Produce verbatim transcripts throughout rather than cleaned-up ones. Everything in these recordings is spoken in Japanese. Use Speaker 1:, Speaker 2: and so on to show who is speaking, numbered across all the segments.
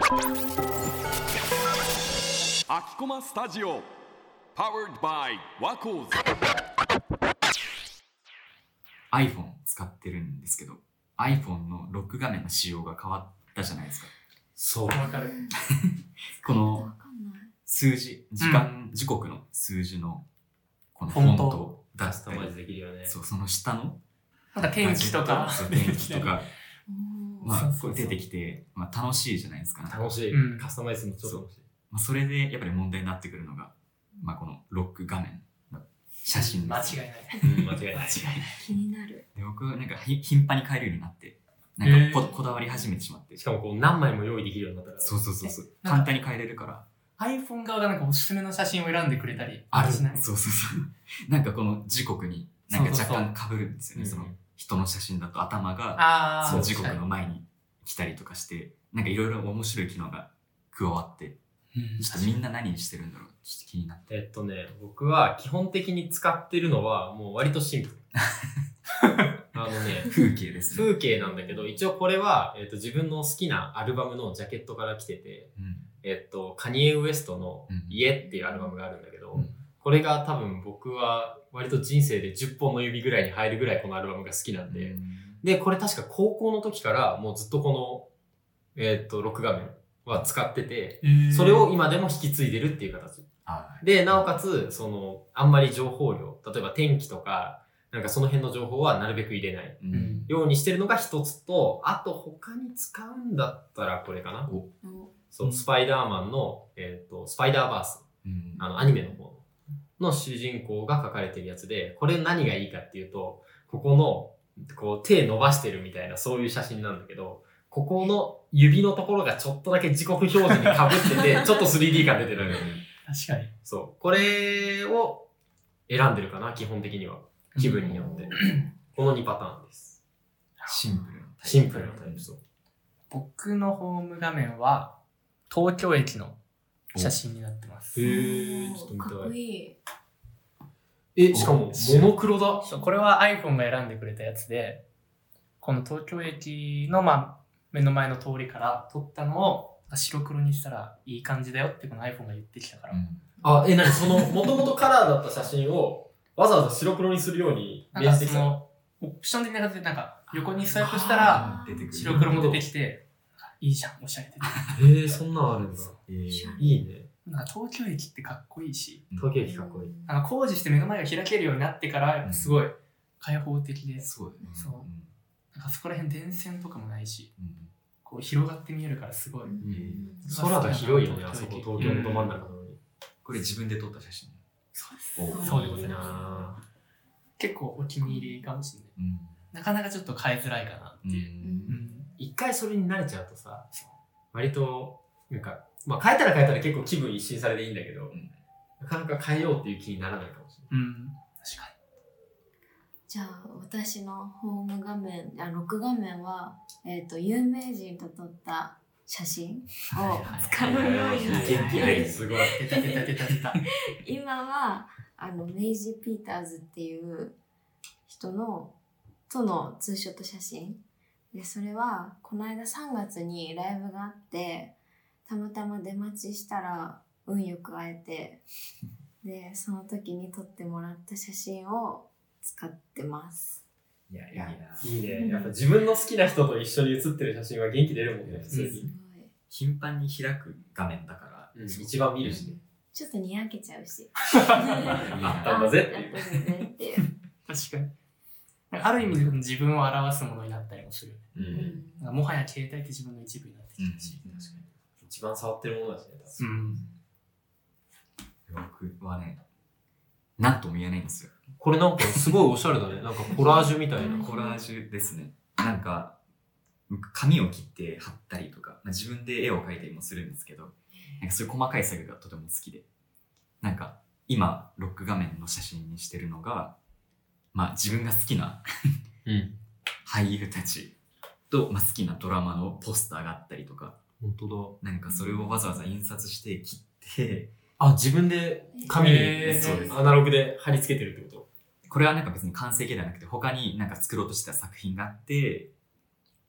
Speaker 1: アキコマスタジオ Powered by ワコーズ。
Speaker 2: iPhone 使ってるんですけど iPhone のロック画面の仕様が変わったじゃないですか。
Speaker 3: そう。
Speaker 4: わかる。
Speaker 2: この数字、時間、うん、時刻の数字のこのフォント
Speaker 3: 出したりできるよね。
Speaker 2: そう、その下の
Speaker 4: なんか天気とか
Speaker 2: 天気とかまあこれ出てきて、まあ、楽しいじゃないですか、ね。
Speaker 3: 楽しい、うん。カスタマイズもちょっと楽しい。
Speaker 2: まあ、それでやっぱり問題になってくるのが、まあ、このロック画面の写真
Speaker 4: です。間違い
Speaker 3: ない。うん、間違いない。間違いない。
Speaker 5: 気になる。
Speaker 2: で僕はなんか頻繁に変えるようになって、なんか こ,、えー、こだわり始めてしまって。
Speaker 3: しかもこう何枚も用意できるようになったから。
Speaker 2: そうそうそうそう。簡単に変えれるから。
Speaker 4: iPhone 側がなんかおすすめの写真を選んでくれたりあるしない？
Speaker 2: そうそうそう。なんかこの時刻になんか若干被るんですよね。そうそうそう、その人の写真だと頭がその時刻の前に来たりとかして、なんかいろいろ面白い機能が加わって、うん、ちょっとみんな何してるんだろうちょっと気になって。
Speaker 3: えっとね、僕は基本的に使ってるのはもう割とシンプル。あのね、
Speaker 2: 風景です
Speaker 3: ね。風景なんだけど、一応これは、えっと、自分の好きなアルバムのジャケットから来てて、うん、えっと、カニエ・ウエストの家っていうアルバムがあるんだけど、うん、これが多分僕は割と人生でじゅっぽんの指ぐらいに入るぐらいこのアルバムが好きなんで、うん、で、これ確か高校の時からもうずっとこの、えっと、ロック画面は使ってて、それを今でも引き継いでるっていう形。で、なおかつ、その、あんまり情報量、例えば天気とか、なんかその辺の情報はなるべく入れないようにしてるのが一つと、あと他に使うんだったらこれかな。そう、スパイダーマンの、えっと、スパイダーバース、うん、あの、アニメの方の主人公が書かれてるやつで、これ何がいいかっていうと、ここの、こう、手伸ばしてるみたいな、そういう写真なんだけど、ここの指のところがちょっとだけ時刻表示に被ってて、ちょっと スリーディー 感出てる。
Speaker 4: 確かに。
Speaker 3: そう。これを選んでるかな、基本的には。気分によって。このにパターンです。
Speaker 2: シンプルな
Speaker 3: タイプ。シンプルなタイプ、そう。
Speaker 4: 僕のホーム画面は、東京駅の写真になってます。
Speaker 3: へー、ちょっと見たい。
Speaker 5: かっこいい。
Speaker 3: え、しかも、モノクロだ。
Speaker 4: そう、これは iPhone が選んでくれたやつで、この東京駅の、まあ、目の前の通りから撮ったのを白黒にしたらいい感じだよってこの iPhone が言ってきたから。うん、
Speaker 3: あ、え、なにその、もともとカラーだった写真を、わざわざ白黒にするように
Speaker 4: 命じてきた。オプション的な感じで、なんか、横にスワイプしたら、白黒も出てきて、いいじゃん、おしゃれで。
Speaker 3: えー、そんなんあるんだ。えー、いいね。
Speaker 4: なんか東京駅ってかっこいいし。
Speaker 3: 東京駅かっこいい。
Speaker 4: あの工事して目の前が開けるようになってから、すごい開放的で。
Speaker 2: そうだね。
Speaker 4: そう。なんかそこら辺電線とかもないし、こう広がって見えるからすごい。
Speaker 3: 空が広いよね、あそこ、東京のど真ん中なのに。
Speaker 2: これ自分で撮った写真。
Speaker 4: そうです。そうでございます。結構お気に入りかもしれない。うん、なかなかちょっと変えづらいかなっていう。うん
Speaker 3: うん、一回それに慣れちゃうとさ、割と、なんか、まあ変えたら変えたら結構気分一新されていいんだけど、うん、なかなか変えようっていう気にならないかもしれない。うん、
Speaker 4: 確かに。
Speaker 5: じゃあ私のホーム画面、あ、ロック画面は、えっと、有名人と撮った写真を使うようになって
Speaker 3: すごい。
Speaker 4: 出た出た出た出た。
Speaker 5: 今はあのメイジー・ピーターズっていう人のとのツーショット写真で、それはこの間さんがつにライブがあってたまたま出待ちしたら運よく会えてでその時に撮ってもらった写真を使ってます。
Speaker 3: いやいやいいね。やっぱ自分の好きな人と一緒に写ってる写真は元気出るもんね、普通に。
Speaker 2: 頻繁に開く画面だから、
Speaker 3: うん、一番見るしね。
Speaker 5: ちょっとにやけちゃうし。
Speaker 3: あったんだぜ
Speaker 5: っていう。
Speaker 4: 確かに。ある意味で自分を表すものになったりもするよね。うん、もはや携帯って自分の一部になってきたし、うん、確かに。
Speaker 3: 一番触ってるものだしね、確かに。
Speaker 2: うん、僕はね、なんとも言えないんですよ。
Speaker 3: これなんかすごいおしゃれだね。なんかコラージュみたいな。
Speaker 2: コラージュですね。なんか、紙を切って貼ったりとか、まあ、自分で絵を描いたりもするんですけど、なんかそういう細かい作業がとても好きで、なんか今ロック画面の写真にしてるのが、まあ自分が好きな、うん、俳優たちと、まあ、好きなドラマのポスターがあったりとか、
Speaker 3: 本当
Speaker 2: だ。なんかそれをわざわざ印刷して切って、
Speaker 3: あ、自分で紙に、えー、そうです。アナログで貼り付けてるってこと？
Speaker 2: これはなんか別に完成形ではなくて、他になんか作ろうとした作品があって、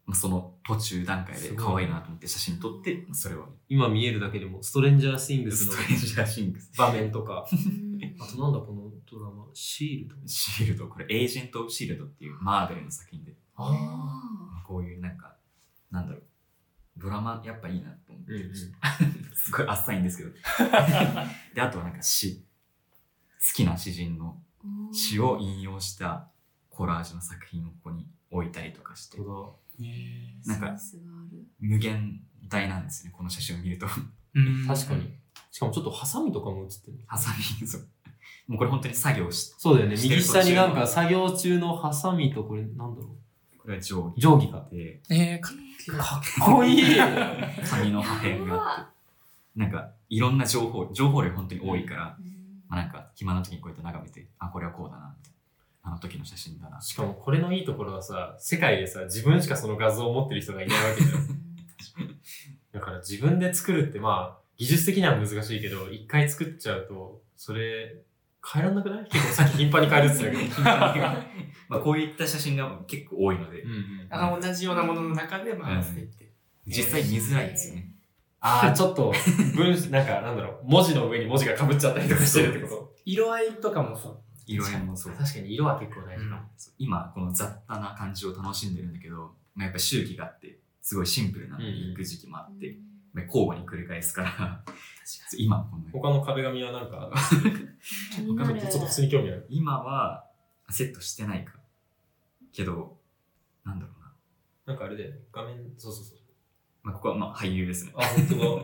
Speaker 2: まあ、その途中段階で可愛いなと思って写真撮って、それを
Speaker 3: 今見えるだけでもストレンジャーシングスの
Speaker 2: ストレンジャーシングス
Speaker 3: 場面とか、
Speaker 5: うん
Speaker 3: あとなんだこのドラマ、シールド。
Speaker 2: シールド、これエージェント・オブ・シールドっていうマーベルの作品で、
Speaker 3: あ
Speaker 5: あ
Speaker 2: こういうなんか、なんだろう、ドラマやっぱいいなと思って、
Speaker 3: うんうん
Speaker 2: すごいあっさいんですけど。で、あとはなんか詩。好きな詩人の
Speaker 5: ー
Speaker 2: 詩を引用したコラージュの作品をここに置いたりとかして、なんか
Speaker 5: センスがある。
Speaker 2: 無限大なんですよね、この写真を見ると。
Speaker 4: うん
Speaker 3: 確かに。しかもちょっとハサミとかも写ってる。
Speaker 2: ハサミ、そう。もうこれ本当に作業し、
Speaker 3: そうだよね。
Speaker 2: してる
Speaker 3: 右下になんか作業中のハサミとこれなんだろ
Speaker 2: これは定
Speaker 3: う。
Speaker 2: 規
Speaker 3: 定規か。
Speaker 2: で、
Speaker 4: えー、か
Speaker 3: かっこいい。
Speaker 2: 紙の破片があって、なんかいろんな情報、情報量本当に多いから、
Speaker 5: うん
Speaker 2: まあ、なんか暇な時にこうやって眺めて、あ、これはこうだな、みたいな。あの時の写真だな。
Speaker 3: しかもこれのいいところはさ、世界でさ、自分しかその画像を持ってる人がいないわけじゃん。だから自分で作るってまあ、技術的には難しいけど、一回作っちゃうと、それ、変えらんなくない？結構さっき頻繁に変えるって言ってたけど。
Speaker 2: まあこういった写真が結構多いので、
Speaker 3: うんうん。
Speaker 4: あの同じようなものの中で回していって。
Speaker 2: 実際見づらいですよね。
Speaker 3: ああ、ちょっと、文、なんか、なんだろう、文字の上に文字が被っちゃったりとかしてるってこ
Speaker 4: 色合いとかもそう。
Speaker 2: 色合いもそう
Speaker 3: と。確かに色は結構大事かも。
Speaker 2: そう今この雑多な感じを楽しんでるんだけど、まあ、やっぱ周期があってすごいシンプルな
Speaker 3: うんうん
Speaker 2: 行く時期もあって、まあ交互に繰り返すから今この
Speaker 3: 他の壁紙はなんか、
Speaker 5: 気になる。
Speaker 3: ちょっと普通に興味ある。
Speaker 2: 今はセットしてないかけど、なんだろうな、
Speaker 3: なんかあれだよね、画面、そうそうそう。
Speaker 2: まあ、ここはまあ俳優ですね。
Speaker 3: あ、本当だ。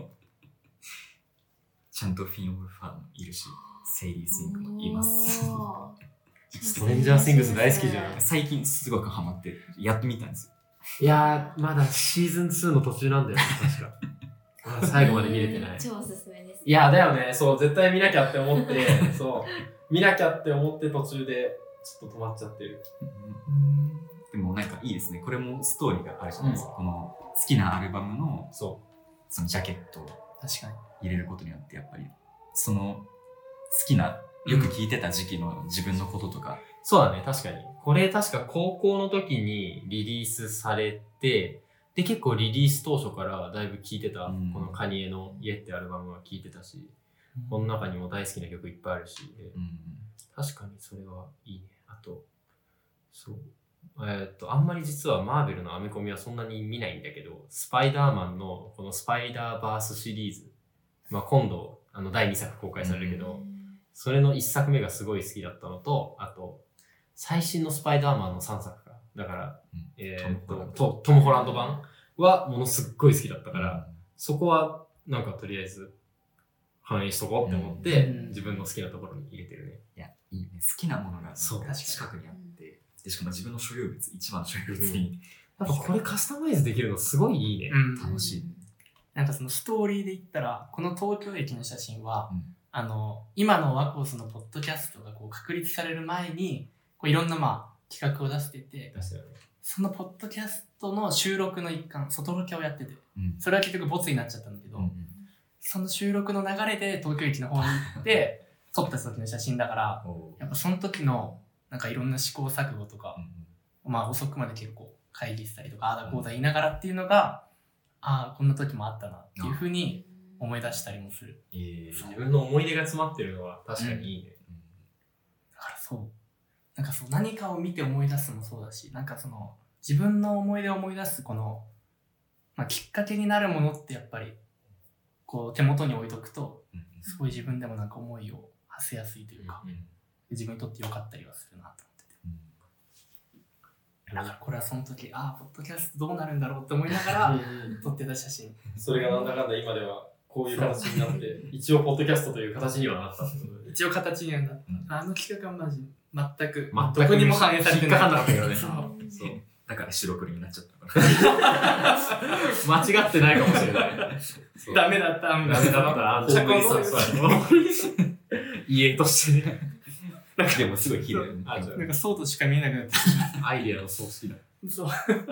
Speaker 2: ちゃんとフィン・オブ・ファーもいるし、セイリー・スイングもいます
Speaker 5: おー
Speaker 3: ストレンジャーシングス大好きじゃん。
Speaker 2: 最近すごくハマってやっと見たんですよ。
Speaker 3: いやー、まだシーズンツーの途中なんだよね、確か。まだ最後まで見れてない。
Speaker 5: 超おすすめです。
Speaker 3: いや、だよね、そう、絶対見なきゃって思って、そう、見なきゃって思って途中で、ちょっと止まっちゃってる。
Speaker 2: でもなんかいいですね。これもストーリーがあるじゃないですか。この好きなアルバムの
Speaker 3: そ
Speaker 2: そのジャケットを
Speaker 4: 確かに。
Speaker 2: 入れることによってやっぱりその好きなよく聴いてた時期の自分のこととか、
Speaker 3: う。そうだね、確かに。これ確か高校の時にリリースされて、で、結構リリース当初からだいぶ聴いてた、
Speaker 2: うん
Speaker 3: このカニエの家ってアルバムは聴いてたし、この中にも大好きな曲いっぱいあるし、で
Speaker 2: うん
Speaker 3: 確かにそれはいいね。あと、そう。えーっと、あんまり実はマーベルのアメコミはそんなに見ないんだけど、スパイダーマンのこのスパイダーバースシリーズ、まあ今度、あのだいにさく公開されるけど、それのいっさくめがすごい好きだったのと、あと、最新のスパイダーマンのさんさくか。だから、
Speaker 2: うん
Speaker 3: えーっ
Speaker 2: トムホランド
Speaker 3: と、トトム・ホランド版はものすっごい好きだったから、
Speaker 2: うん
Speaker 3: そこはなんかとりあえず反映しとこうって思って、
Speaker 4: うん
Speaker 3: 自分の好きなところに入れてるね。
Speaker 2: いやいいね。好きなものが
Speaker 3: そう
Speaker 2: なんか近くにあって、でしかも自分の所有物、一番の所有物に、
Speaker 3: やっぱこれカスタマイズできるのすごいいいね。
Speaker 4: うん。
Speaker 2: 楽しい。
Speaker 4: なんかそのストーリーで言ったら、この東京駅の写真は、
Speaker 2: うん
Speaker 4: あの、今のワコースのポッドキャストがこう確立される前に、こういろんなまあ企画を出してて、
Speaker 3: 出したよね。
Speaker 4: そのポッドキャストの収録の一環、外ロケをやってて、
Speaker 2: うん
Speaker 4: それは結局ボツになっちゃったんだけど、
Speaker 2: うん
Speaker 4: その収録の流れで東京駅の方に行って、撮った時の写真だから、
Speaker 2: おう
Speaker 4: やっぱその時のなんかいろんな試行錯誤とか
Speaker 2: う、ん
Speaker 4: まあ遅くまで結構会議したりとか、ああだこうだ言いながらっていうのが、ああ、こんな時もあったなっていうふうに思い出したりもする。
Speaker 2: えー
Speaker 3: 自分の思い出が詰まってるのは確かにいいね。
Speaker 4: だからそう。なんかそう、何かを見て思い出すのもそうだし、なんかその、自分の思い出を思い出すこの、まあ、きっかけになるものってやっぱり、こう手元に置いとくと、
Speaker 2: うん
Speaker 4: すごい自分でもなんか思いを馳せやすいというか、
Speaker 3: うん
Speaker 4: 自分にとって良かったりはするなと思ってて。
Speaker 2: うん
Speaker 4: だからこれはその時、ああ、ポッドキャストどうなるんだろうって思いながら撮ってた写真。
Speaker 3: それがなんだかんだ今ではこういう形になって、一応ポッドキャストという形にはなったってことで。
Speaker 4: 一応形にはなった。
Speaker 2: うん
Speaker 4: あの企画はマジ、全く、
Speaker 3: 全く
Speaker 4: どこにも反映されてない。
Speaker 3: 引っかかんなかったけどね
Speaker 4: そう。
Speaker 3: そう。
Speaker 2: だから白黒になっちゃったから。
Speaker 3: 間違ってないかもしれない。そう
Speaker 4: ダメだった、
Speaker 3: ダメだった。あん
Speaker 4: ちゃこの
Speaker 3: そう家としてね。
Speaker 2: でもすごい綺麗だよね。
Speaker 3: あじゃあ
Speaker 4: なんかそうとしか見えなくなって
Speaker 3: アイデアの葬式だ。
Speaker 4: そう。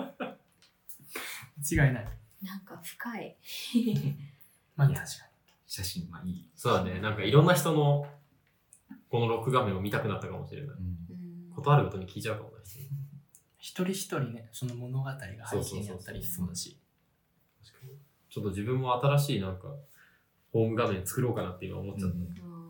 Speaker 4: 間違いない。
Speaker 5: なんか深い。
Speaker 4: まあ確か
Speaker 2: 写真まあいい。
Speaker 3: そうだね。なんかいろんな人のこの録画面を見たくなったかもしれない。
Speaker 2: うん
Speaker 5: うん
Speaker 3: ことあるごとに聞いちゃうかもね。
Speaker 4: 一人一人ね、その物語が背景にあったりしそうだし。
Speaker 3: 確かに。ちょっと自分も新しいなんかホーム画面作ろうかなって今思っちゃった。
Speaker 5: うん